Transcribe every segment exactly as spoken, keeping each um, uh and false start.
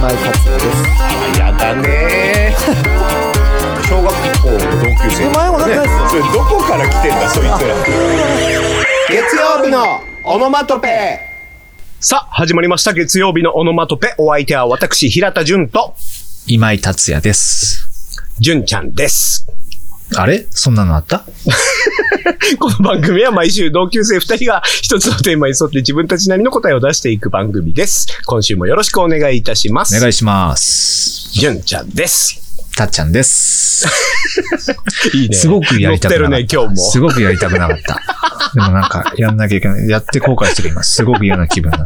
今井達也です。 あ、やだね小学校の同級生、 お前もなんか、ね、 それどこから来てんだそいつら。月曜日のオノマトペ。さあ始まりました、月曜日のオノマトペ。お相手は私平田純と今井達也です。 純ちゃんです。 あれそんなのあったこの番組は毎週同級生ふたりが一つのテーマに沿って自分たちなりの答えを出していく番組です。今週もよろしくお願いいたします。 お願いします。 純ちゃんです。 たっちゃんです。 いいね。 すごくやりたくなかった。 乗ってるね、今日も。 すごくやりたくなかった。でもなんか、やんなきゃいけない。やって後悔してる今。すごく嫌な気分になった。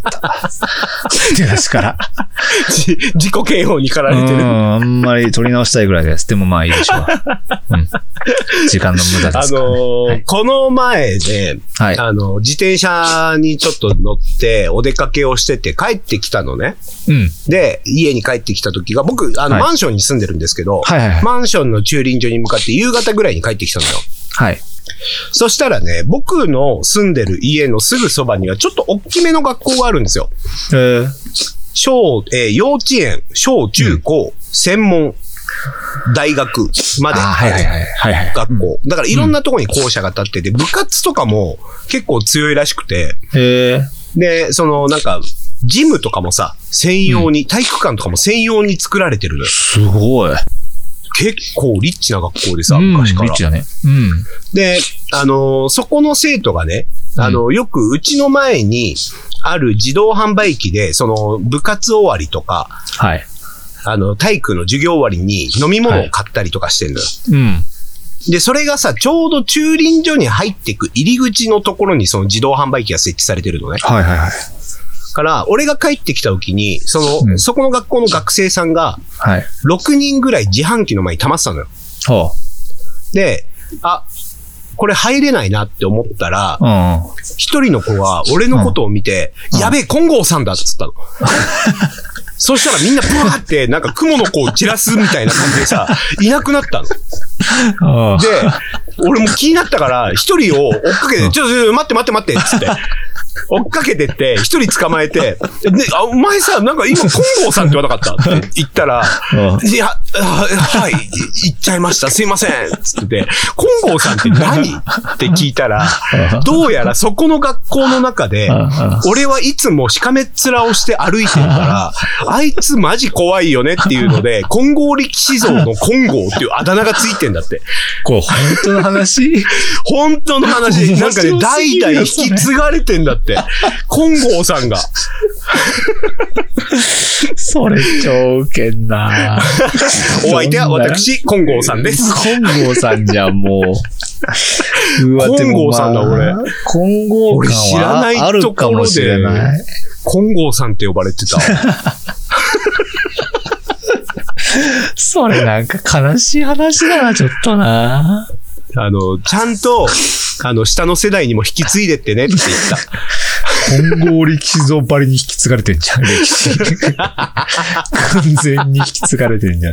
出だしから。 自己嫌悪に駆られてる。 うん、あんまり取り直したいぐらいです。でもまあいいでしょう。うん。時間の無駄ですから、ね。 あのーはい、この前ね、 はい、 あの、自転車にちょっと乗ってお出かけをしてて帰ってきたのね。 うん。 で、家に帰ってきた時が、僕、あの、はい、マンションに住んでるんですけど、 はいはいはい、 マンションの駐輪場に向かって夕方ぐらいに帰ってきたのよ。 はい。 そしたらね、僕の住んでる家のすぐそばにはちょっと大きめの学校があるんですよ。 へー。 小、えー、幼稚園、小中高、うん、専門、大学まで学校。だからいろんなところに校舎が建ってて、部活とかも結構強いらしくて。 へー。 で、そのなんか、ジムとかもさ、専用に、うん、体育館とかも専用に作られてるのよ。 すごい。 結構リッチな学校でさ、 うん、 昔から。 リッチだね。うん。 で、あのー、そこの生徒がね、あのー、よくうちの前にある自動販売機で、その部活終わりとか、 はい。 あの、体育の授業終わりに飲み物を買ったりとかしてんのよ。 はい、うん。 で、それがさ、ちょうど駐輪所に入っていく入り口のところにその自動販売機が設置されてるのね。 はいはいはい。 から、俺が帰ってきた時に、その、うん、そこの学校の学生さんが、 はい。 ろくにんぐらい自販機の前に溜まってたのよ。 はあ、で、あ、これ入れないなって思ったら、一、うん、人の子が俺のことを見て、うん、やべえ、金剛さんだって言ったの。そしたらみんなブワーってなんか雲の子を散らすみたいな感じでさ、いなくなったの。で、俺も気になったから一人を追っかけて、ちょっと待って待って待ってっつって。追っかけてって、一人捕まえて、ね、あ、お前さ、なんか今、金剛さんって言わなかったって言ったら、いや、はい、言っちゃいました、すいませんつってて、金剛さんって何って聞いたら、どうやらそこの学校の中で、俺はいつもしかめっ面をして歩いてるから、あいつマジ怖いよねっていうので、金剛力士像の金剛っていうあだ名がついてんだって。 これ本当の話？ 本当の話。なんかね、代々引き継がれてんだって。金剛さんが。 それ超ウケんな。 お相手は私、金剛さんです。 金剛さんじゃもう。うわ、 金剛さんだ、俺。 金剛感はあるかもしれない。 金剛さんって呼ばれてた。 それなんか悲しい話だな、ちょっとな。 あの、ちゃんと、あの、下の世代にも引き継いでってねって言った。 金剛力士像ばりに引き継がれてんじゃん、歴史。完全に引き継がれてんじゃん。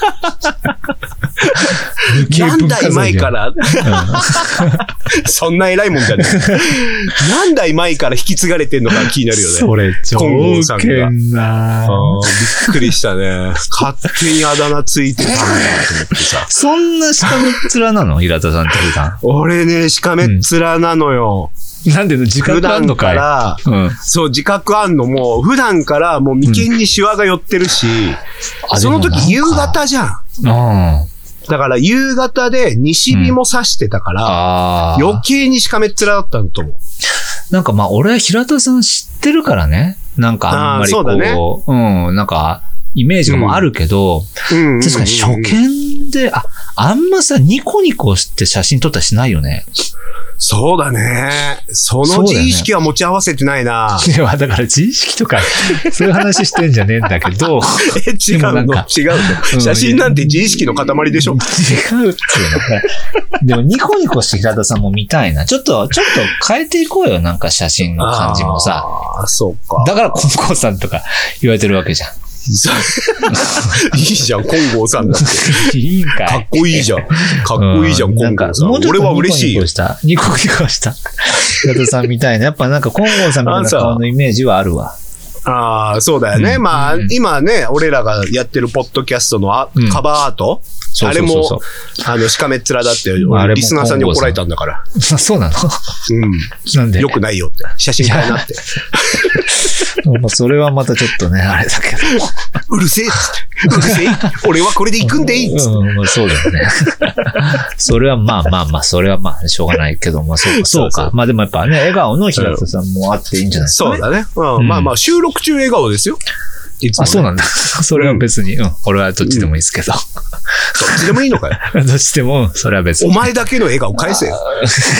何代前から、うん、そんな偉いもんじゃねえ。何代前から引き継がれてんのか気になるよね。 それ超ウケんな。 びっくりしたね。勝手にあだ名ついてたんだと思ってさ。 そんなしかめっ面なの平田さんって普段。 俺ね、しかめっ面なのよ。 うん、なんでの自覚あんのかい？ 普段から、うん、そう、自覚あんのも、普段からもう眉間にシワが寄ってるし、うん、その時夕方じゃん。 うん。 だから夕方で西日も差してたから、うん、余計にしかめっ面だったんと思う。 なんかまあ俺は平田さん知ってるからね。なんかあんまりこう、そうだね、うん、なんかイメージもあるけど、うん、確かに初見で、あ、あんまさニコニコして写真撮ったりしないよね。 そうだね。その自意識は持ち合わせてないな。 いや、だから自意識とか、そういう話してんじゃねえんだけど。 え、違うの違うの、写真なんて自意識の塊でしょ。違うっていうの。でもニコニコして平田さんも見たいな。ちょっと、ちょっと変えていこうよ。なんか写真の感じもさ。 ああ、そうか。 だから金剛さんとか言われてるわけじゃん。 いいじゃん、金剛さんだって。 いいんかい。 かっこいいじゃん。かっこいいじゃん、金剛さん。俺は嬉しいよ。 ニコニコした。平田さんみたいな。やっぱなんか金剛さんみたいな顔のイメージはあるわ。 ああ、そうだよね。うん、まあ、うん、今ね、俺らがやってるポッドキャストのあ、うん、カバーアート、あれも、あの、しかめっ面だって、俺リスナーさんに怒られたんだから。 そうなの？ うん。 なんで？ よくないよって。写真変えなって。 まあそれはまたちょっとね、あれだけど。 うるせえっつって。うるせえ。俺はこれで行くんでいいっつって。 うん、まあ、そうだよね。それはまあまあまあ、それはまあ、しょうがないけど、まあそうか、そうか。まあでもやっぱね、笑顔の平田さんもあっていいんじゃないですか、ね。 そうだね。うん。うん、まあまあ、収録中笑顔ですよ。いつもね、 あ、そうなんだ。それは別に、うん、うん。俺はどっちでもいいですけど。 どっちでもいいのかよ。 どっちでも、それは別に。 お前だけの笑顔返せよ。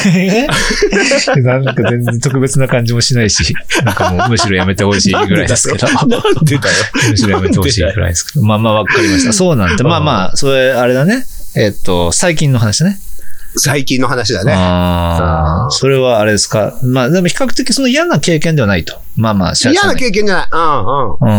なんか全然特別な感じもしないし、なんかもうむしろやめてほしいぐらいですけど。 なんでだよ。 むしろやめてほしいぐらいですけど。まあまあわかりました。そうなんて。まあまあ、それ、あれだね。えっと、最近の話だね。 最近の話だね。 ああ。それはあれですか。まあでも比較的その嫌な経験ではないと。まあまあ、 嫌な経験じゃない。うんうん。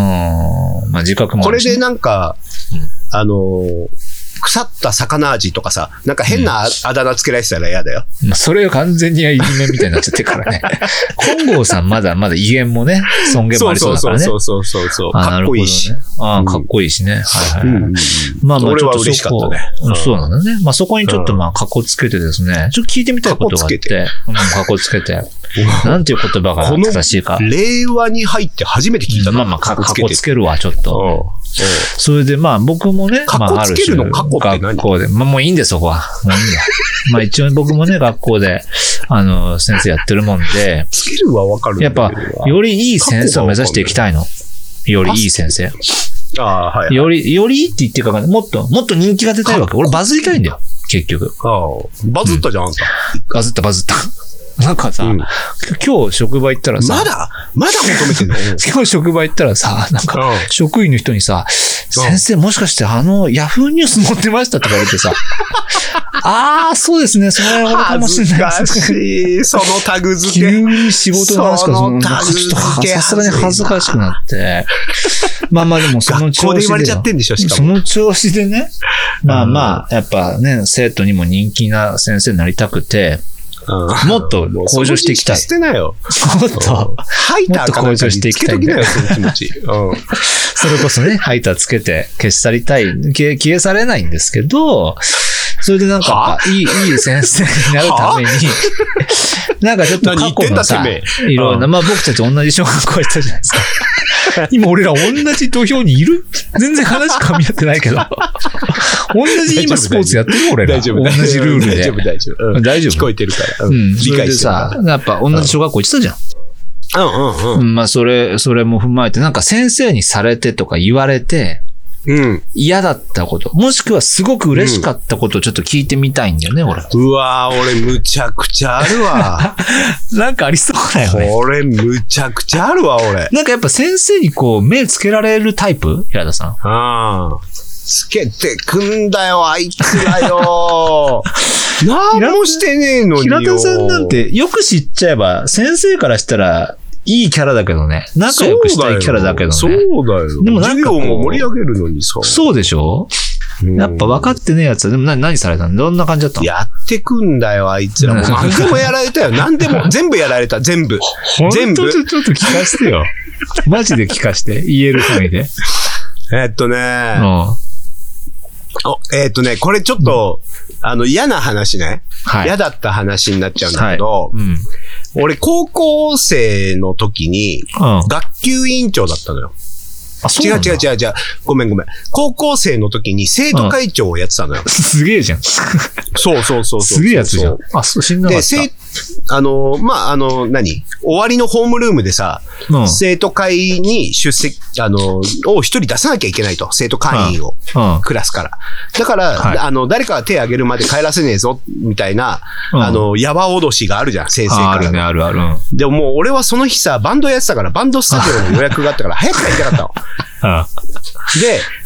うん。まあ自覚もあるし、ね。これでなんか、うん、あのー、腐った魚味とかさ、なんか変なあだ名つけられてたら嫌だよ。 まあ、それを完全にいじめみたいになっちゃってるからね。金剛さんまだまだ威厳もね、尊厳もありそうだからね。 そうそうそうそうそう。かっこいいし。 ああ、かっこいいしね。はいはい。うん、まあまあちょっとそこ、ねうん、そうなんだね。まあそこにちょっとまあ、かっこつけてですね、ちょっと聞いてみたいことがあって。かっこつけて。なんていう言葉が正しいか。 令和に入って初めて聞いたの。 まあまあ、かっこつけるわ、ちょっと。それでまあ僕もね、 まあある種、学校で、まあもういいんです、そこは。もういいんだ。まあ一応僕もね、学校で、あの、先生やってるもんで。 つけるはわかる。 やっぱ、よりいい先生を目指していきたいの。よりいい先生。 ああ、はい、はい。 より、よりいいって言ってるかもっと、もっと人気が出たいわけ。俺バズりたいんだよ、結局。 ああ、バズったじゃん、あんた。 バズった、バズった。なんかさ、うん、今日職場行ったらさ、 まだまだ求めてんの今日職場行ったらさ、なんか、職員の人にさ、先生もしかしてあの、ヤフーニュース持ってましたとか言われてさ、ああ、そうですね、それは俺かもしれない。 恥ずかしい、そのタグ付け。 急に仕事の話から、そのタグ付け。さすがに恥ずかしくなって。まあまあでもその調子で。学校で言われちゃってんでしょ、しかも。その調子でね、まあまあ、やっぱね、生徒にも人気な先生になりたくて、もっと向上していきたい。 捨てなよ。 もっと、 ハイターか向上していきたいんだよ、その気持ち。うん、 それこそね、ハイターつけて消し去りたい。消え、消え去れないんですけど、それでなんか、いい、いい先生になるために、なんかちょっと過去のさ、いろんな、まあ僕たち同じ小学校行ったじゃないですか。今俺ら同じ土俵にいる？全然話噛み合ってないけど。同じ今スポーツやってる俺ら。大丈夫。同じルールで。 大丈夫、大丈夫。大丈夫。聞こえてるから。 うん。理解してさ、やっぱ同じ小学校行ってたじゃん。 うんうんうん。 まあそれ、それも踏まえて、なんか先生にされてとか言われて、 うん。 嫌だったこと。もしくはすごく嬉しかったことをちょっと聞いてみたいんだよね、俺。 うわぁ、俺むちゃくちゃあるわ。 なんかありそうだよね。 俺むちゃくちゃあるわ、俺。 なんかやっぱ先生にこう、目つけられるタイプ？平田さん。 ああ。つけてくんだよ、あいつらよ。何もしてねえのによ。 平田さんなんてよく知っちゃえば、先生からしたら、いいキャラだけどね。仲良くしたいキャラだけどね。 そうだよ。でもなんか授業も盛り上げるのにさ。 そうでしょ？やっぱ分かってねえやつは、でも何、何されたの？どんな感じだったの？ やってくんだよ、あいつら。もう何でもやられたよ。何でも、全部やられた、全部。全部。 ちょっと聞かせてよ。マジで聞かせて。言える範囲で。 えっとね。 うん。 お、えっとね、これちょっと、うん、あの、嫌な話ね。はい。嫌だった話になっちゃうんだけど、はい、うん、俺、高校生の時に、学級委員長だったのよ。あ、そうなんだ。違う違う違う違う。ごめんごめん。高校生の時に生徒会長をやってたのよ。 うん、すげえじゃん。 そうそうそうそう。 すげえやつじゃん。あ、そう、死んなかった。で、生、 あの、まあ、あの、何？終わりのホームルームでさ、うん、生徒会に出席、あの、を一人出さなきゃいけないと。生徒会員を。うんうん、クラスから。だから、はい、あの、誰かが手を挙げるまで帰らせねえぞ、みたいな、うん、あの、やば脅しがあるじゃん、先生から。 あるね、あるある。 でももう俺はその日さ、バンドやってたから、バンドスタジオの予約があったから、早く帰りたかったの。で、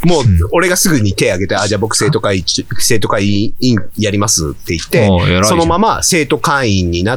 もう、俺がすぐに手挙げて、あ、じゃあ僕生徒会、生徒会員やりますって言って、そのまま生徒会員になって、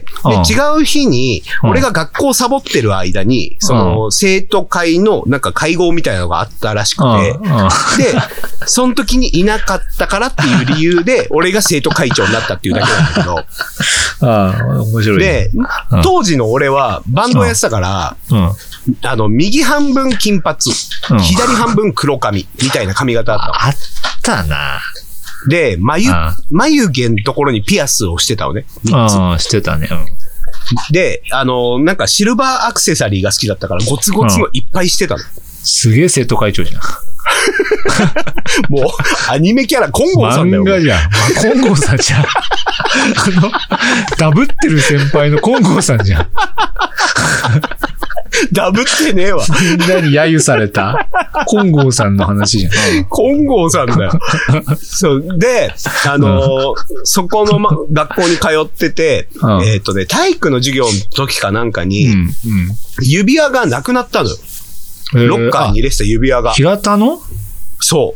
で、違う日に、俺が学校サボってる間に、その、生徒会のなんか会合みたいなのがあったらしくて、で、その時にいなかったからっていう理由で、俺が生徒会長になったっていうだけなんだけど。 ああ、面白い。 で、当時の俺はバンドやってたから、あの、右半分金髪、左半分黒髪みたいな髪型だった。 あったな。 で、眉、眉毛のところにピアスをしてたのね。 ああ、してたね。 で、あの、なんかシルバーアクセサリーが好きだったからゴツゴツのいっぱいしてたの。 すげえ生徒会長じゃん。 もう、アニメキャラ、金剛さんだよ。 漫画じゃん。金剛さんじゃん。あの、ダブってる先輩の金剛さんじゃん。 ダブってねえわ。 みんなに揶揄された金剛さんの話じゃん。 金剛さんだよ。そう。で、あのー、そこの、ま、学校に通ってて、うん、えっとね、体育の授業の時かなんかに、うんうん、指輪がなくなったのよ。ロッカーに入れてた指輪が。 平田の？ そう。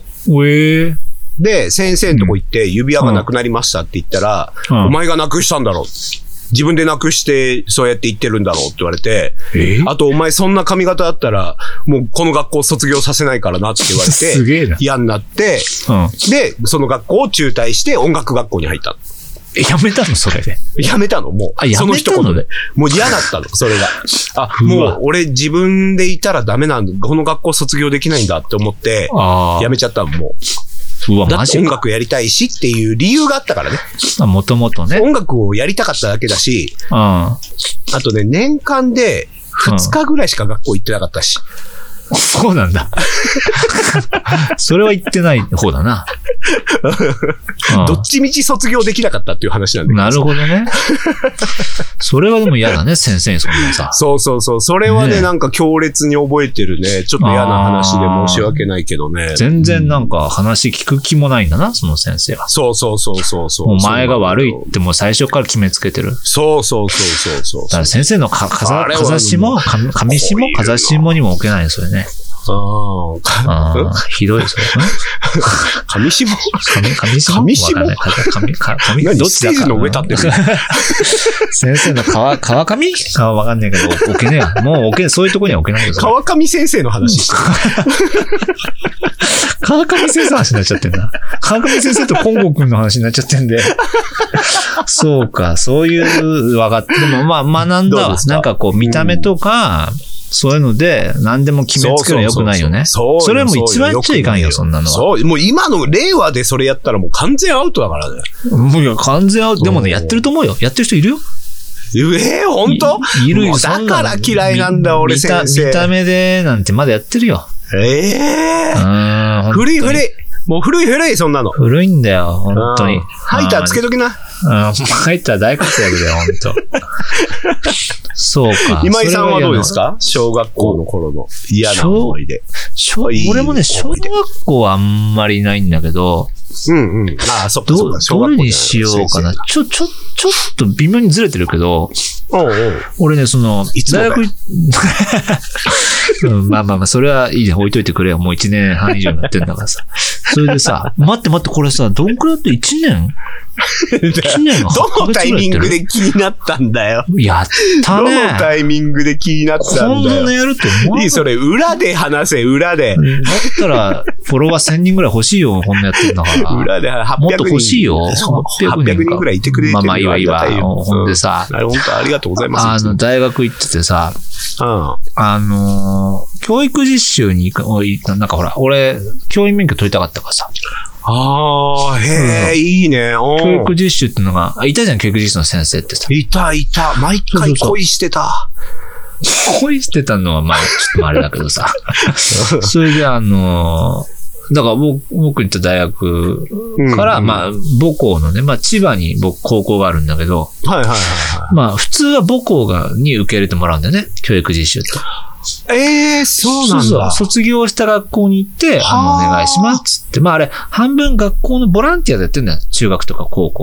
えー、 で、先生のとこ行って指輪がなくなりましたって言ったら、うん、お前がなくしたんだろう。自分でなくしてそうやって言ってるんだろうって言われて、えー、あとお前そんな髪型だったらもうこの学校卒業させないからなって言われて、すげえな。嫌になって、うん、で、その学校を中退して音楽学校に入ったの。 え、やめたのそれで。 やめたのもう。あ、やめたのその一言で。もう嫌だったの、それが。あ、もう俺自分でいたらダメなんだ。この学校卒業できないんだって思って、やめちゃったの、もう。うわ、マジか。音楽やりたいしっていう理由があったからね。 もともとね。 音楽をやりたかっただけだし、うん、あとね、年間でふつかぐらいしか学校行ってなかったし。 うん、そうなんだ。それは言ってない方だな。 どっちみち卒業できなかったっていう話なんだけど。 なるほどね。それはでも嫌だね、先生にそんなさ。 そうそうそう。それはね、ねなんか強烈に覚えてるね。ちょっと嫌な話で申し訳ないけどね。 全然なんか話聞く気もないんだな、その先生は。 そうそうそうそうそう。 お前が悪いってもう最初から決めつけてる。 そうそうそうそうそう。 だから先生のか、かざ、かざしも、かみしも、かざしもにも置けないんですよね。ああ。ひどいですよね。 上下上下上下上上どっちだかの上立ってる先生の川、川上かわかんないけど、置けねえ。もう置け、そういうとこには置けないです川上先生の話してる。 川上先生の話になっちゃってんだ。川上先生と金剛くんの話になっちゃってんで。そうか、そういう、わかって、でもまあ学んだわ。なんかこう見た目とか、そういうので、何でも決めつけるのは良くないよね。そうそれも一番言っちゃいかんよ、そんなのは。 そう、もう今の令和でそれやったらもう完全アウトだからね。 もういや、完全アウト。でもね、やってると思うよ。やってる人いるよ。 えー、ほんと？ いるよ。 だから嫌いなんだ、俺先生。 見た目でなんてまだやってるよ。 ええー。古い古い。もう古い古い、そんなの。 古いんだよ、本当に。 ハイターつけときな。 うん、ハイター大活躍だよ、本当。そうか。 今井さんはどうですか？小学校の頃の嫌な思い出。 小俺もね、小学校はあんまりないんだけど、 うんうん。ああ、そっかそっか。 どれにしようかな。ちょ、ちょ、ちょっと微妙にずれてるけど、 おうおう俺ね、その、大学、うん、まあまあまあ、それはいいね。置いといてくれよ。もう一年半以上になってんだからさ。それでさ、待って待って、これさ、どんくらいだって一年一年がどのタイミングで気になったんだよ。 やったね。 どのタイミングで気になったんだよ。 こんなやると思う。 いい、それ、裏で話せ、裏で。 だったら、フォロワーせんにんぐらい欲しいよ、こんなやってんだから。 裏ではっぴゃくにん。 もっと欲しいよ。 はっぴゃくにんぐらいいてくれてる。 まあまあ、いいわいいわ。ほんでさ。 本当ありがとうございます。 あの、大学行っててさ、 うん、 あの、教育実習に行く、なんかほら、俺、教員免許取りたかったからさ。 ああ、へえ、いいね。 教育実習ってのが、いたじゃん、教育実習の先生ってさ。 いた、いた。毎回恋してた。 恋してたのは、まあ、ちょっとあれだけどさ。それで、あの、だから僕、僕行った大学から、うんうん、まあ、母校のね、まあ、千葉に僕、高校があるんだけど、 はいはいはい、はい。 まあ、普通は母校が、に受け入れてもらうんだよね、教育実習って。 ええー、そうなんだ。 そうそう。卒業した学校に行って、あの、お願いしますっつって。まああれ、半分学校のボランティアでやってんだよ。中学とか高校の。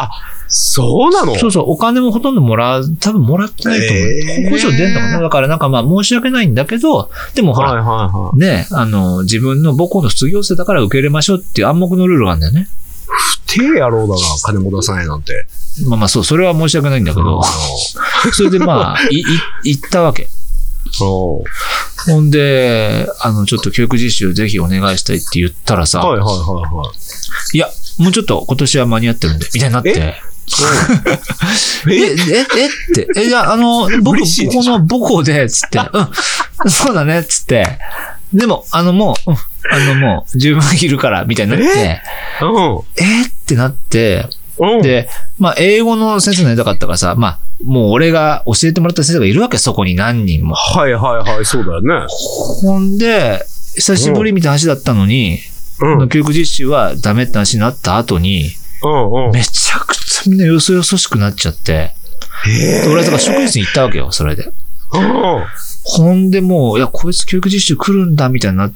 あ、そうなの？ そうそう、お金もほとんどもらう、多分もらってないと思う。えー、補助出んのかな。だからなんかまあ申し訳ないんだけど、でもほら、はいはいはい、ね、あの、自分の母校の卒業生だから受け入れましょうっていう暗黙のルールがあるんだよね。 不定野郎だな、金も出さないなんて。 まあまあそう、それは申し訳ないんだけど、それでまあ、い、い、行ったわけ。ほんで、あの、ちょっと教育実習ぜひお願いしたいって言ったらさ、はいはいはいはい。いや、もうちょっと今年は間に合ってるんで、みたいになって。ええ、え、え、えって、え、いや、あの、僕、ここの母校で、つって、うん、そうだね、つって、でも、あの、もう、うん、あの、もう、十分いるから、みたいになって、え、うん、えってなって、うん、で、まあ、英語の先生になりたかったからさ、まあ、もう俺が教えてもらった先生がいるわけ、そこに何人も。 はいはいはい、そうだよね。 ほんで、久しぶりみたいな話だったのに、うん、教育実習はダメって話になった後に、うんうん、めちゃくちゃみんなよそよそしくなっちゃって、俺はだから職員室に行ったわけよ、それで。うんほんでもう、いや、こいつ教育実習来るんだ、みたいになって、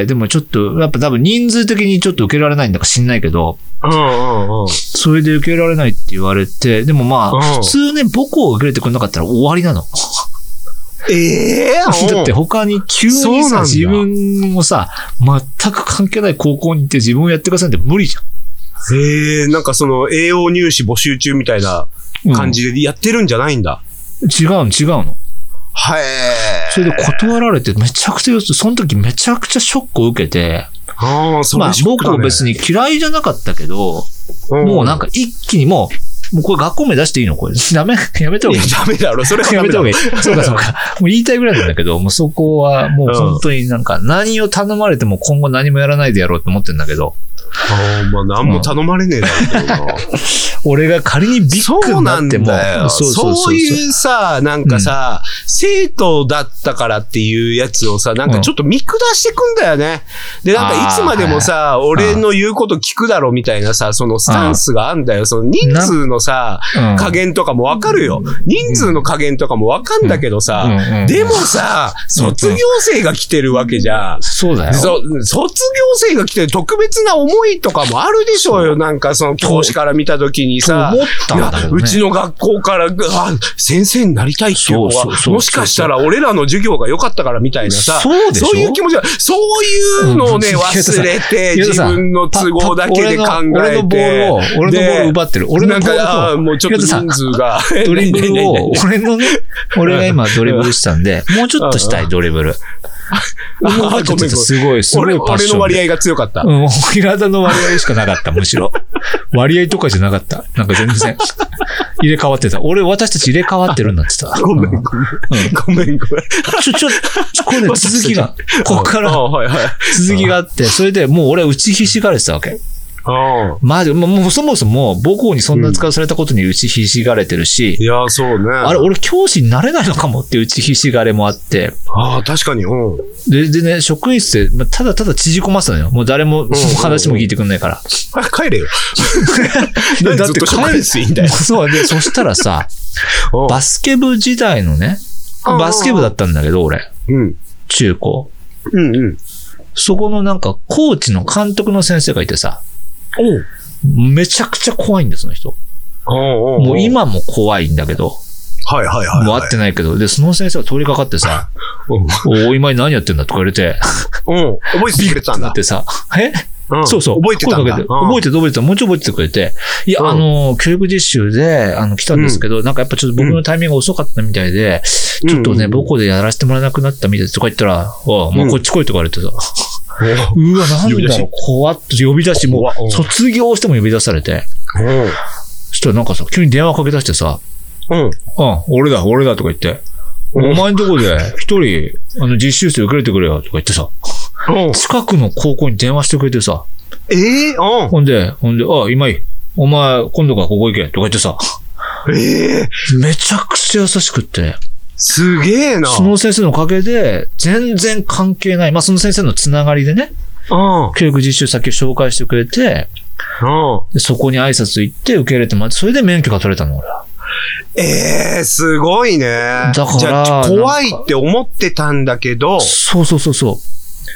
でもちょっと、やっぱ多分人数的にちょっと受けられないんだか知んないけど、うんうんうん、それで受けられないって言われて、でもまあ、うん、普通ね、母校を受け入れてくれなかったら終わりなの。 ええー、だって他に急にさ、自分もさ、全く関係ない高校に行って自分をやってくださいって無理じゃん。 ええー、なんかその栄養入試募集中みたいな感じでやってるんじゃないんだ。 うん、違うの、違うの。 はい。 それで断られて、めちゃくちゃ、その時めちゃくちゃショックを受けて、 ああ、それショックだね。 まあ僕も別に嫌いじゃなかったけど、うん、もうなんか一気にもう、もうこれ学校名出していいのこれ。ダメやめた方がいい。 ダメだろ、それはやめた方がいい。そうかそうか。もう言いたいぐらいなんだけど、もうそこはもう本当になんか何を頼まれても今後何もやらないでやろうと思ってるんだけど。 ああ、まあ何も頼まれねえだろうけどな。 俺が仮にビッグになっても。 そうなんだよ。そうそうそうそう。そういうさ、なんかさ、うん、生徒だったからっていうやつをさ、なんかちょっと見下してくんだよね。で、なんかいつまでもさ、俺の言うこと聞くだろうみたいなさ、そのスタンスがあんだよ。その人数のさ、加減とかもわかるよ。人数の加減とかもわかんだけどさ、でもさ、卒業生が来てるわけじゃん。 そうだよ。 卒業生が来てる特別な思いとかもあるでしょうよ。なんかその教師から見たときにさ、 思ったんだよね、 いや、うちの学校から、あ、先生になりたいっていうのは、もしかしたら俺らの授業が良かったからみたいなさ、 そうでしょ？ そういう気持ちが、そういうのをね、うん、忘れて、自分の都合だけで考えて、 俺のボールを、俺のボールを奪ってる。俺のボールを、 なんか、もうちょっと人数が、 ドリブルを、俺のね、俺が今ドリブルしたんで、もうちょっとしたいドリブル。もうちょっとすごい、すごいパッション。 俺の割合が強かった。 うん、平田の割合しかなかった、むしろ。割合とかじゃなかった。なんか全然。入れ替わってた。俺、私たち入れ替わってるんだってさ。 ごめん、ごめん。ごめん、ごめん。 ちょ、ちょ、これね、続きが、ここから、続きがあって、それでもう俺は打ちひしがれてたわけ。まあ、もう、もうそもそも母校にそんな使わされたことに打ちひしがれてるし、 うん、いや、そうね。 あれ、俺教師になれないのかもって打ちひしがれもあって。 ああ、確かに、うん。 で、でね、職員室で、ただただ縮こませたのよ。もう誰も、話も聞いてくんないから。 あ、帰れよ。 だって帰れていいんだよ。そうで、そしたらさ、バスケ部時代のね、バスケ部だったんだけど、俺。うん。中高。 うんうん。 そこのなんか、コーチの監督の先生がいてさ、めちゃくちゃ怖いんです、その人。 おうおうおうもう今も怖いんだけど。 はいはいはい、はい。 もう会ってないけど。で、その先生が通りかかってさ、お, お今何やってんだとか言われて。 うん。覚えててくれたんだ。 ってさ、え、うん、そうそう。 覚えてたんだ。 覚えてて覚えてた。もうちょい覚えててくれて。いや、うん、あの、教育実習で、あの、来たんですけど、うん、なんかやっぱちょっと僕のタイミングが遅かったみたいで、うん、ちょっとね、母校でやらせてもらえなくなったみたいですとか言ったら、おもうこっち来いとか言われてさ。うわ、なんだろう、怖っと呼び出し、もう、卒業しても呼び出されて。そしたらなんかさ、急に電話かけ出してさ、うん。うん、俺だ、俺だとか言って、お前んとこで一人、あの、実習生受け入れてくれよとか言ってさ、近くの高校に電話してくれてさ、 ええー、 ほんで、ほんで、あ、今井、お前、今度からここ行けとか言ってさ、 ええー、 めちゃくちゃ優しくって、 すげえな。 その先生のおかげで、全然関係ない。まあ、その先生のつながりでね。 うん。 教育実習先を紹介してくれて、うん。でそこに挨拶行って受け入れてもらって、それで免許が取れたの、俺は。 ええー、すごいね。だから。じゃあ、怖いって思ってたんだけど。 そうそうそうそう。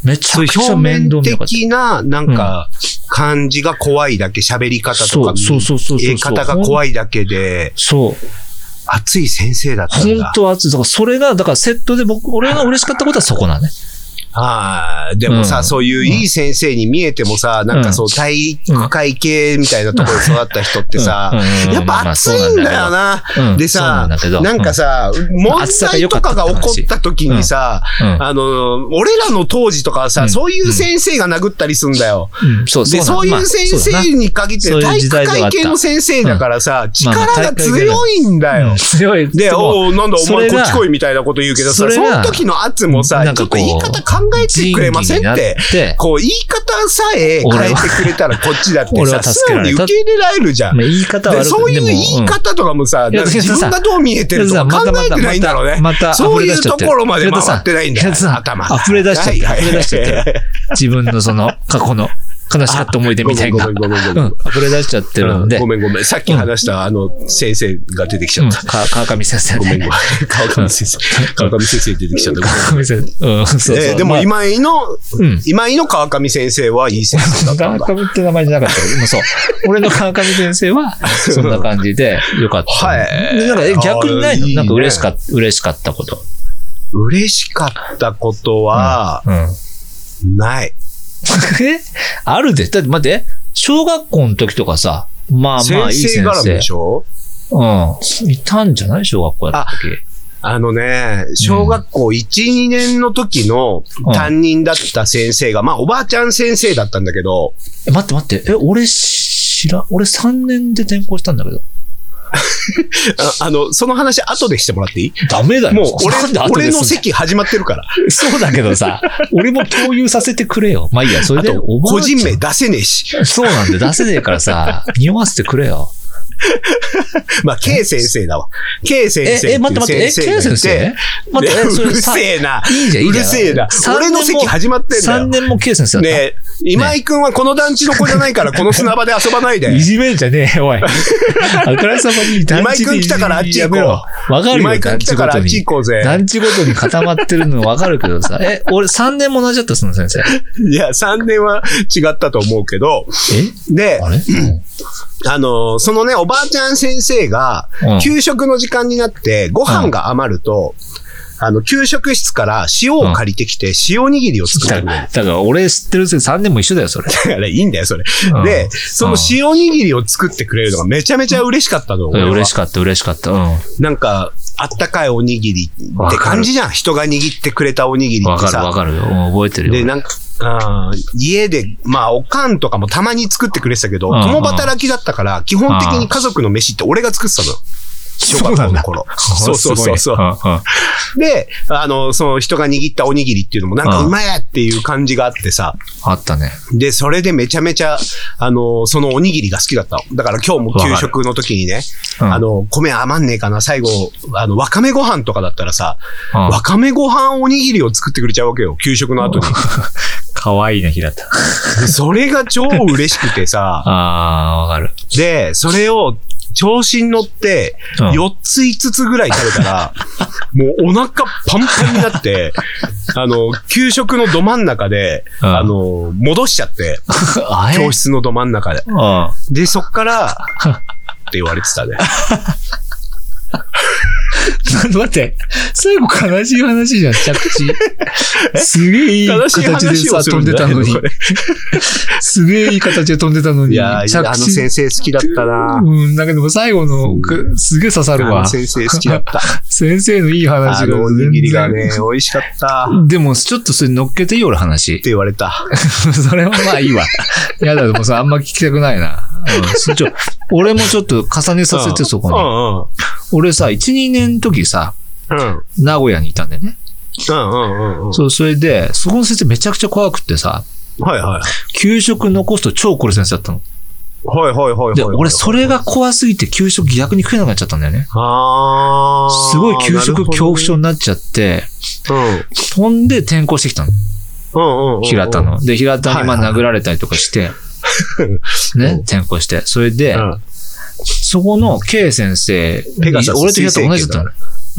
めちゃくちゃ面倒見なかった。 的な、なんか、感じが怖いだけ、喋り方とか、 そうそうそうそう。 言い方が怖いだけで、 そう。 熱い先生だったんだ。 本当熱い。だからそれが、だからセットで僕、俺が嬉しかったことはそこなんね。 ああ、でもさ、うん、そういういい先生に見えてもさ、うん、なんかそう、体育会系みたいなところで育った人ってさ、やっぱ熱いんだよな。でさ、なんかさ、問題とかが起こった時にさ、あの、俺らの当時とかはさ、そういう先生が殴ったりすんだよ。で、そういう先生に限って体育会系の先生だからさ、力が強いんだよ。 強い。 で、おお、なんだお前こっち来いみたいなこと言うけどさ、その時の圧もさ、ちょっと言い方考えてくれませんって。こう、言い方さえ変えてくれたらこっちだってさ、素直に受け入れられるじゃん。 言い方はそういう言い方とかもさ、なんか自分がどう見えてるとか考えてないんだろうね。 また、 そういうところまで回ってないんだよ。頭。 溢れ出しちゃって、溢れ出しちゃって。自分のその過去の悲しかった思い出みたいな。ごめんごめんごめん。うん。溢れ出しちゃってるんで。 ごめんごめん。さっき話したあの先生が出てきちゃった。 川上先生。 ごめんごめん。川上先生。川上先生出てきちゃった。 川上先生。うん。そうそう。 でも今井の、今井の川上先生はいい先生だったんだ。 川上って名前じゃなかったけど、そう。俺の川上先生はそんな感じでよかった。はい。なんか逆にないの？なんか嬉しかった、嬉しかったこと。 嬉しかったことは、ない。 えあるで。だって待って、小学校の時とかさ、まあまあいい先生。 先生絡みでしょ？ うん。いたんじゃない小学校やった時。 あのね、小学校いち、にねんの時の担任だった先生が、まあおばあちゃん先生だったんだけど。 え、待って待って。え、俺知ら、俺さんねんで転校したんだけど。 あ, あの、その話後でしてもらっていい？ ダメだよ。 もう俺、俺の席始まってるから。 そうだけどさ、俺も共有させてくれよ。まあいいや、それでおばあちゃん。個人名出せねえし。 そうなんで出せねえからさ、匂わせてくれよ。 まあ、K 先生だわ。K 先生。 え、え、待って待って、え、K 先生待って、 うるせえな。 いいじゃん、いいじゃん。 うるせえな。俺の席始まってんだよ。 さんねんも K 先生だった。 ねえ、今井くんはこの団地の子じゃないから、この砂場で遊ばないで。 いじめんじゃねえよ、おい。あからさまに団地で。今井くん来たからあっち行こう。わかるよ、今井くん来たからあっち行こうぜ。 団地ごとに固まってるのわかるけどさ。え、俺さんねんも同じだったその先生。 いや、さんねんは違ったと思うけど。 えで、 あれあの、そのね、おばあちゃん先生が、給食の時間になって、ご飯が余ると、うん、あの、給食室から塩を借りてきて、塩握りを作ってくれる。 だから俺知ってるせいさんねんも一緒だよ、それ。だからいいんだよ、それ。うん、で、その塩握りを作ってくれるのがめちゃめちゃ嬉しかったの。 うん、嬉しかった、嬉しかった。うん、 なんか、あったかいおにぎりって感じじゃん。人が握ってくれたおにぎりってさ。 わかるわかるよ。覚えてるよ。 で、なんか、あ家で、まあ、おかんとかもたまに作ってくれてたけど、共働きだったから、基本的に家族の飯って俺が作ってたの。小学校の頃。そうそうそうそう。で、あの、その人が握ったおにぎりっていうのもなんかうまいっていう感じがあってさ。 あったね。 で、それでめちゃめちゃ、あの、そのおにぎりが好きだったの。だから今日も給食の時にね、あの、米余んねえかな、最後、あの、わかめご飯とかだったらさ、わかめご飯おにぎりを作ってくれちゃうわけよ、給食の後に。 かわいいね、平田。 それが超嬉しくてさ。 ああ、わかる。 で、それを、調子に乗って、よっついつつぐらい食べたら、もうお腹パンパンになって、あの、給食のど真ん中で、あの、戻しちゃって、教室のど真ん中で。で、そっから、って言われてたね。 待って、最後悲しい話じゃん、着地。すげえいい形でさ、飛んでたのに。すげえいい形で飛んでたのに。 いやー、あの先生好きだったな。 うん、だけど最後の、すげえ刺さるわ。 あの先生好きだった。 先生のいい話が。 あのおにぎりがね、美味しかった。 でも、ちょっとそれ乗っけていい俺話。 って言われた。 それはまあいいわ。やだ、でもさ、あんま聞きたくないな。うん、ちょ俺もちょっと重ねさせて、そこに。うんうん、俺さ、いち、にねんの時さ、うん、名古屋にいたんだよね。 うんうんうん、 そう、それで、そこの先生めちゃくちゃ怖くってさ、 はいはい。 給食残すと超殺す先生だったの。 はいはいはいはい。 で、俺それが怖すぎて給食逆に食えなくなっちゃったんだよね。 あー。 すごい給食恐怖症になっちゃって、うん。飛んで転校してきたの。うんうん。平田の。で、平田にまあ殴られたりとかして、ね、転校して。それで、そこの K 先生、俺と平田同じだったの。え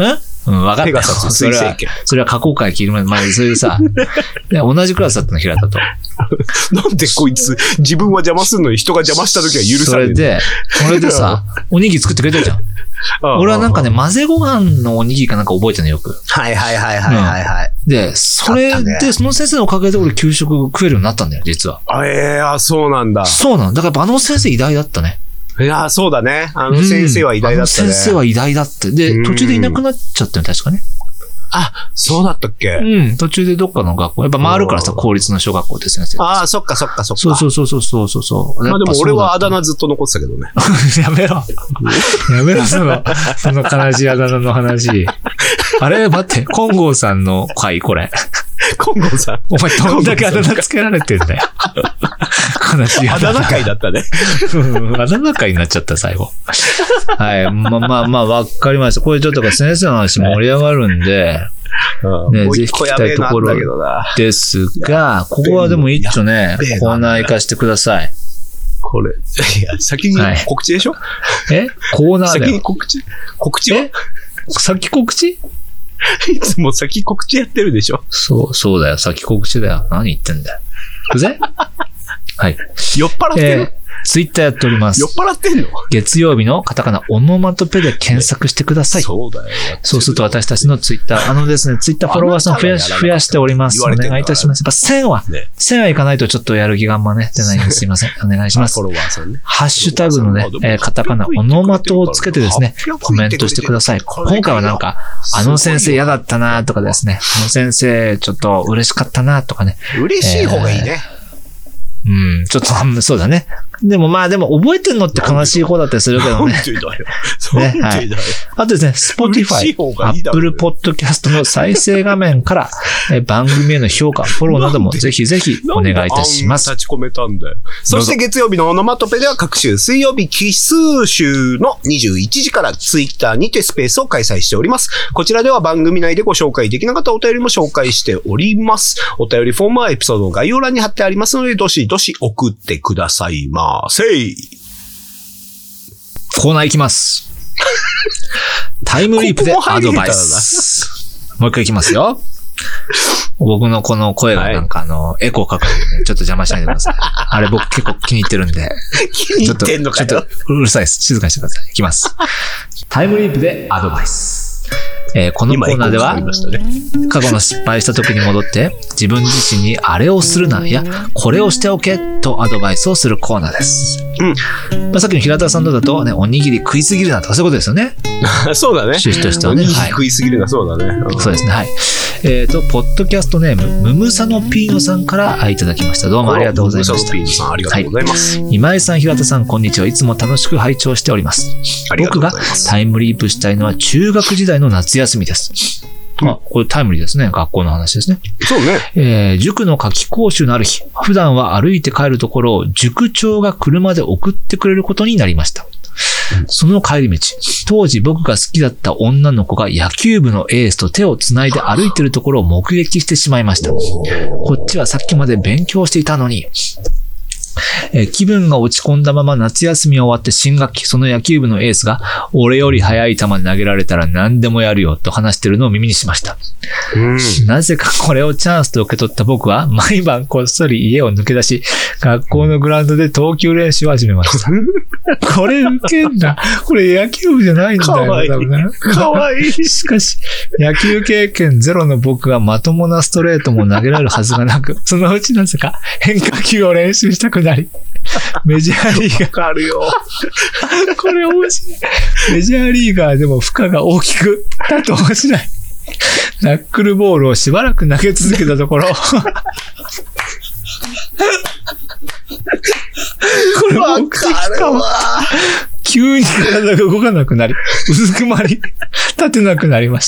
うん、分かったよ。 ペガサス水星剣。 それは過去回切る前、前、それでさ、同じクラスだったの、平田と。 なんでこいつ、自分は邪魔するのに人が邪魔した時は許される。 それで、それでさ、おにぎり作ってくれたじゃん。俺はなんかね、混ぜご飯のおにぎりかなんか覚えてるのよく。 はいはいはいはいはいはい。 うん、で、それで、ね、その先生のおかげで俺給食食えるようになったんだよ、実は。 あ、ええー、あ、そうなんだ。 そうなんだ。だからあの先生偉大だったね。 いや、そうだね。あの先生は偉大だったね。 うん、あの先生は偉大だって。で、途中でいなくなっちゃったよ、確かね。 あ、そうだったっけ？ うん。途中でどっかの学校。やっぱ回るからさ、公立の小学校って先生。 ああ、そっかそっかそっか。 そうそうそうそうそうそう。 まあでも俺はあだ名ずっと残ってたけどね。 やめろ。やめろ、その、その悲しいあだ名の話。あれ、待って、金剛さんの回、これ。 金剛さん。 お前どんだけあだ名つけられてんだよ。悲しいあだ名会だったね。 あだ名会になっちゃった、最後。はい。まあまあまあ、わかりました。これちょっと先生の話盛り上がるんで、ね、ぜひ聞きたいところですが、ここはでも一丁ね、コーナー行かしてください。 これ、いや、先に告知でしょ？ え？コーナーだよ。 先に告知告知は？ え？先告知？ いつも先告知やってるでしょ？ そう、そうだよ。先告知だよ。何言ってんだよ。うぜ？はい。 酔っ払ってる？ えーツイッターやっております。 酔っ払ってんの？ 月曜日のカタカナオノマトペで検索してください。 そうだよ。 そうすると私たちのツイッター、あのですね、ツイッターフォロワーさん増やし、増やしております。お願いいたします。やっぱせんは、ね、せんはいかないとちょっとやる気があんまね、出ないんですいません。お願いします。 フォロワーさんね。 ハッシュタグのね、えー、カタカナオノマトをつけてですね、コメントしてください。今回はなんか、あの先生嫌だったなとかですね、あの先生ちょっと嬉しかったなとかね。 嬉しい方がいいね。 えー、うん、ちょっと、そうだね。でもまあでも覚えてんのって悲しい方だったりするけどね。 なんでだよ。ね、はい。 あとですね、Spotify、Apple Podcast の再生画面からえ番組への評価、フォローなどもぜひぜひお願いいたします。 立ち込めたんだよ。そして月曜日のオノマトペでは各週水曜日奇数週のにじゅういちじから Twitter にてスペースを開催しております。こちらでは番組内でご紹介できなかったお便りも紹介しております。お便りフォームはエピソードの概要欄に貼ってありますので、どしどし送ってくださいませ。 コーナーいきます。タイムリープでアドバイス。もう一回いきますよ。僕のこの声がなんかあの、はい、エコーかかるんで、ちょっと邪魔しないでください。あれ僕結構気に入ってるんで。 気に入ってんのかよ。 ちょっと、ちょっとうるさいです。静かにしてください。いきます。タイムリープでアドバイス。えー、このコーナーでは、ね、過去の失敗した時に戻って自分自身にあれをするな、いやこれをしておけとアドバイスをするコーナーです。うん。まあ、さっきの平田さんのだとね、おにぎり食いすぎるなとかそういうことですよね。 そうだね。 趣旨としてはね。 おにぎり食いすぎるな、そうだね。 うん、そうですね。はい。えっ、ー、と、ポッドキャストネーム、ムムサノピーノさんからいただきました。どうもありがとうございました。ムムサノピーノさん、ありがとうございます。はい、今井さん、平田さん、こんにちは。いつも楽しく拝聴しております。僕がタイムリープしたいのは中学時代の夏休みです。あ、これタイムリーですね。学校の話ですね。 そうね。 えー、塾の夏期講習のある日、普段は歩いて帰るところを塾長が車で送ってくれることになりました。うん、その帰り道、当時僕が好きだった女の子が野球部のエースと手をつないで歩いているところを目撃してしまいました。こっちはさっきまで勉強していたのに、えー、気分が落ち込んだまま夏休み終わって新学期、その野球部のエースが俺より速い球投げられたら何でもやるよと話しているのを耳にしました。うん、なぜかこれをチャンスと受け取った僕は毎晩こっそり家を抜け出し、学校のグラウンドで投球練習を始めました。これウケんだ。これ野球部じゃないんだよ。かわいい。多分ね、かわいい。しかし、野球経験ゼロの僕がまともなストレートも投げられるはずがなく、そのうちなぜか変化球を練習したくなり、メジャーリーガー。 わかるよ。 これ面白い。メジャーリーガーでも負荷が大きく、だと面白い。ナックルボールをしばらく投げ続けたところ、これ目的かも。急に体が動かなくなり、うずくまり、立てなくなりました。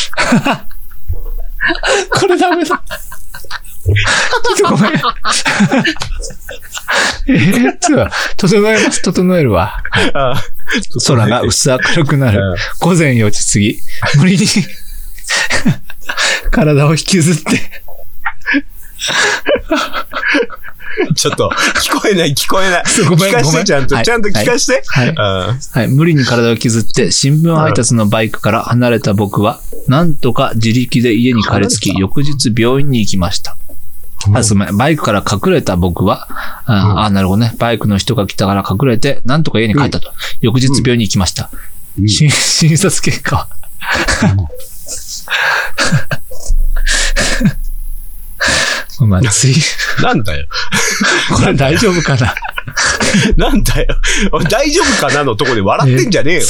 これダメだ。ちょっとごめん。えーっと、整えます、整えるわ。はい、空が薄明るくなる。午前よじ過ぎ。無理に体を引きずって。 ちょっと、聞こえない、聞こえない。 ごめん、 聞かして、ちゃんと、はい、ちゃんと聞かして。 はい。はいはい、無理に体を削って、新聞配達のバイクから離れた僕は、なんとか自力で家に帰り着き、翌日病院に行きました。あ、すみません。バイクから隠れた僕は、あ、うん、あ、なるほどね。バイクの人が来たから隠れて、なんとか家に帰ったと。うん、翌日病院に行きました。うん、診察結果は。お前、つい。 なんだよ。 これ大丈夫かななんだよ。大丈夫かなのとこで笑ってんじゃねえよ。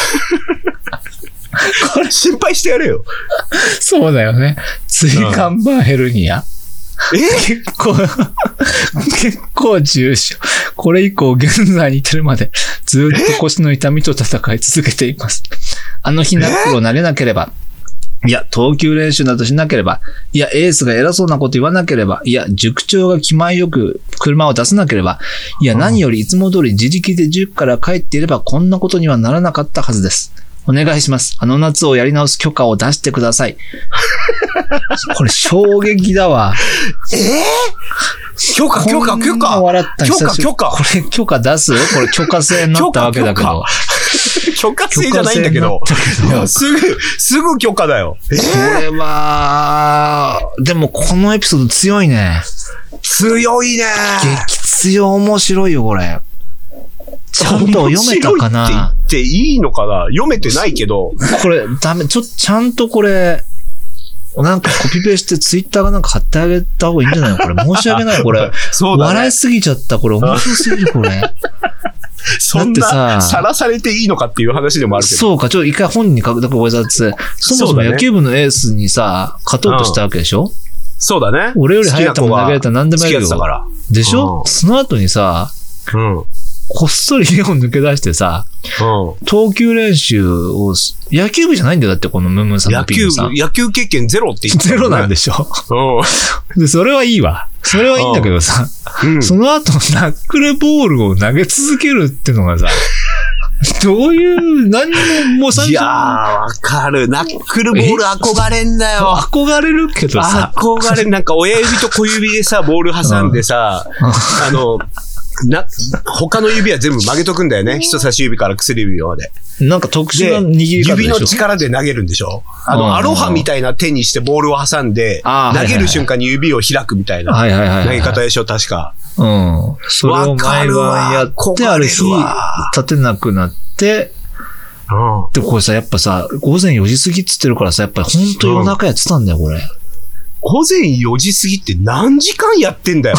これ心配してやれよ。 そうだよね。椎間板ヘルニア。 え結構、結構重症。これ以降、現在に至るまで、ずっと腰の痛みと戦い続けています。あの日ナックルを投げなければ、いや、投球練習などしなければ、いや、エースが偉そうなこと言わなければ、いや、塾長が気前よく車を出さなければ、いや、何よりいつも通り自力で塾から帰っていれば、こんなことにはならなかったはずです。お願いします。あの夏をやり直す許可を出してください。これ衝撃だわ。 えー、許可、許可、許可。 笑った許可、許可。 これ許可出す？これ許可制になったわけだけど。 許可制じゃないんだけど。いや、すぐ、すぐ許可だよ。 えー、これは、でもこのエピソード強いね。 強いね。 激強面白いよ、これ。ちゃんと読めたかな？ 面白いって言っていいのかな？読めてないけど。 これ、ダメ。ちょっとちゃんとこれ、なんかコピペしてツイッターがなんか貼ってあげた方がいいんじゃないのこれ。申し訳ない、これ。そうだね。笑いすぎちゃった、これ。面白すぎる、これ。 そんな、さらされていいのかっていう話でもあるけど。 そうか、ちょっと一回本人に書くとこご挨拶。そもそも野球部のエースにさ、勝とうとしたわけでしょ？ そうだね。 俺より早くも投げれたら何でもいいけど。でしょ？その後にさ、うん。こっそり家を抜け出してさ、うん、投球練習を、野球部じゃないんだよ、だってこのムンムンさんのピンさん。 野球部、野球経験ゼロって言ってた、ね。ゼロなんでしょ。うん。で、それはいいわ。それはいいんだけどさ、うん、その後ナックルボールを投げ続けるってのがさ、どういう、何も、もう最初。 いやー、わかる。ナックルボール憧れんだよ。 憧れるけどさ。 憧れる。なんか親指と小指でさ、ボール挟んでさ、あの、な、他の指は全部曲げとくんだよね。人差し指から薬指まで。 なんか特殊な握り方でしょ。 指の力で投げるんでしょ。あの、アロハみたいな手にしてボールを挟んで、投げる瞬間に指を開くみたいな投げ方でしょ、確か。 うん。それを毎晩やって、ある日、立てなくなって、うん、で、これさ、やっぱさ、午前よじ過ぎっつってるからさ、やっぱり本当夜中やってたんだよ、これ。 午前よじ過ぎって何時間やってんだよ。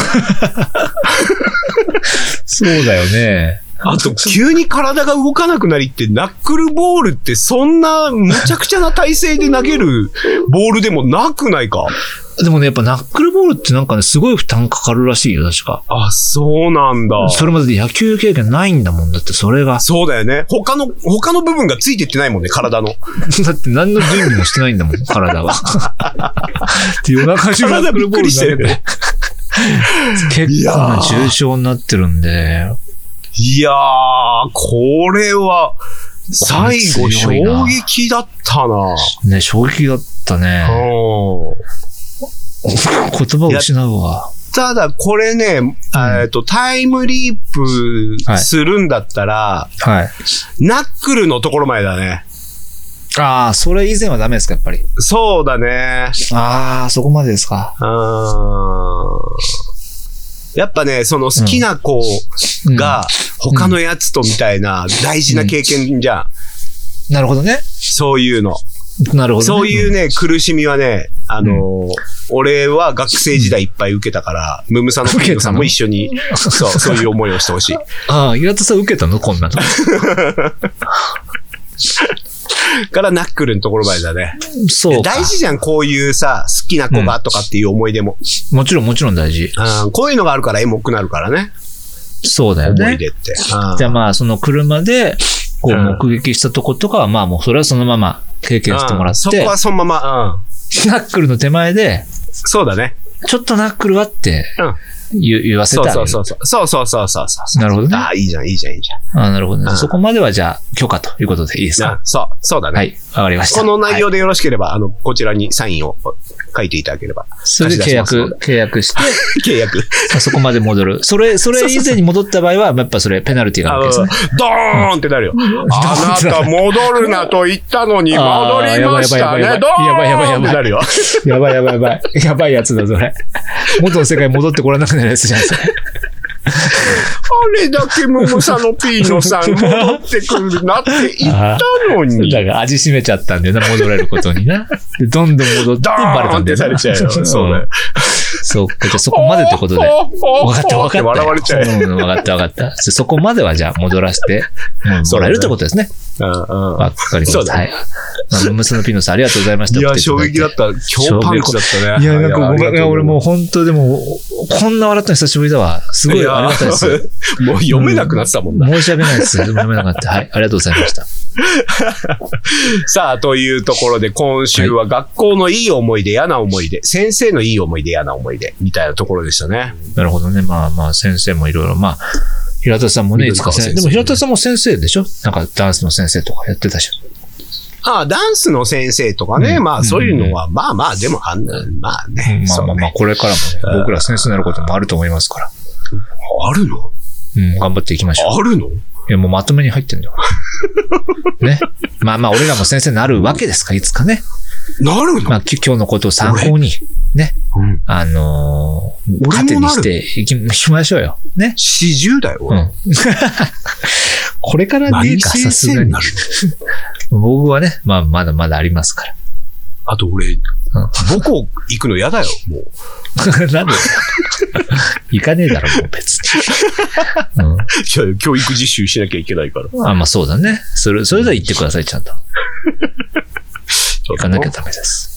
そうだよね。 あと、急に体が動かなくなりって、ナックルボールってそんなむちゃくちゃな体勢で投げるボールでもなくないか？ でもね、やっぱナックルボールってなんかね、すごい負担かかるらしいよ、確か。 あ、そうなんだ。 それまでで野球経験ないんだもんだって、それが。 そうだよね。他の、他の部分がついてってないもんね、体の。 だって何の準備もしてないんだもん、体は。って夜中中ナックルボール投げて。結構な重症になってるんで。 いやー、これは、最後衝撃だったな。 ね、衝撃だったね。言葉を失うわ。 ただ、これね、うん、えっと、タイムリープするんだったら、はい。ナックルのところまでだね。 ああ、それ以前はダメですか、やっぱり。 そうだね。 ああ、そこまでですか。 やっぱね、その好きな子が他のやつとみたいな大事な経験じゃん。うんうん、なるほどね。 そういうの。 なるほどね。 そういうね、苦しみはね、あのーうん、俺は学生時代いっぱい受けたから、ムムサのピンさんも一緒に、そう、そういう思いをしてほしい。 ああ、岩田さん受けたのこんなの。 からナックルのところまでだね。 そうか。 大事じゃん、こういうさ、好きな子がとかっていう思い出も。 うん、もちろんもちろん大事。 うん。こういうのがあるからエモくなるからね。 そうだよね。 思い出って。 じゃあまあ、その車で、こう目撃したとことかは、まあもうそれはそのまま経験してもらって。 そこはそのまま、 うん。ナックルの手前で、 そうだね。 ちょっとナックルはって、 言言わせてあげる。 そうそうそう。そうそうそうそうそう。 なるほどね。 ああ、いいじゃん、いいじゃん、いいじゃん。 ああ、なるほどね。そこまではじゃあ、許可ということでいいですか？ そう、そうだね。 はい、わかりました。 この内容でよろしければ、はい、あの、こちらにサインを書いていただければ。 それで契約、契約して。 契約。 そこまで戻る。それ、それ以前に戻った場合は、やっぱそれペナルティがあるわけですね。 ドーンってなるよ。あなた戻るなと言ったのに戻りましたね。ドーンやばいやばいやばい。 ってなるよ。 やばいやばいやばい。やばいやつだ、それ。元の世界戻ってこらなくなるやつじゃん、それ。 あれだけムムサノピーノさん戻ってくるなって言ったのに。 だから味しめちゃったんだよな、戻れることにな。でどんどん戻ってバレたんだよな。 されちゃうよ。そうね。 そうか、じゃあそこまでってことで。分かった分かった。 笑われちゃう。 分かった分かった。そこまではじゃあ戻らせてもらえるってことですね。わかりました。はい。ムムサノピーノさんありがとうございました。 いや、衝撃だった。今日パンチだったね。 いや、なんかごめん、俺もう本当でも、こんな笑ったの久しぶりだわ。すごいありがたいです。 もう読めなくなってたもんな。 申し訳ないです。読めなかった。はい。ありがとうございました。 さあ、というところで今週は学校のいい思い出、嫌な思い出、先生のいい思い出、嫌な思い出、みたいなところでしたね。 なるほどね。まあまあ、先生もいろいろ、まあ、平田さんもね、いつか先生。でも平田さんも先生でしょ？なんかダンスの先生とかやってたし。 ああ、ダンスの先生とかね。うん、まあ、そういうのは、うん、まあまあ、でもあんな、まあね。 まあまあまあ、これからもね、僕ら先生になることもあると思いますから。 あるの？ うん、頑張っていきましょう。 あるの？ いや、もうまとめに入ってんだよ。ね。まあまあ、俺らも先生になるわけですか、いつかね。 なるの？ まあ、今日のことを参考に、ね。うん、あのー、糧にしていきましょうよ。ね。 四十だよ、俺。うん、 これからねえか、さすがに。僕はね、まあ、まだまだありますから。 あと俺、うん、母校行くの嫌だよ、もう。 なんで行かねえだろ、もう別に。うん、いや、教育実習しなきゃいけないから。 あ、まあそうだね。それ、それでは言ってください、ちゃんと。行かなきゃダメです。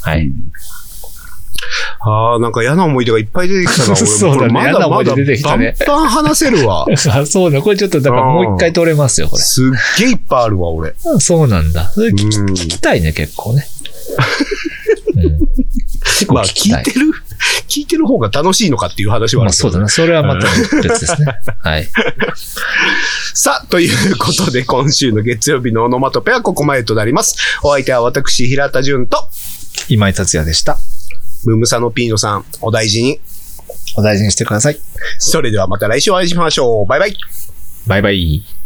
はい。うん、 ああ、なんか嫌な思い出がいっぱい出てきたな、俺も。 そうだね。まだまだ出てきたね。 バンバン話せるわ。 あ、そうだ。これちょっと、だからもう一回取れますよ、これ。 すっげえいっぱいあるわ、俺。 そうなんだ。それ聞き、聞きたいね、結構ね。うん、結構まあ、聞いてる聞いてる方が楽しいのかっていう話はあるけど、ね。まあそうだな。それはまた別ですね。はい。 さあ、ということで、今週の月曜日のオノマトペはここまでとなります。お相手は私、平田純と、 今井達也でした。 ムムサノピーノさん、お大事に。 お大事にしてください。 それではまた来週お会いしましょう。バイバイ。 バイバイ。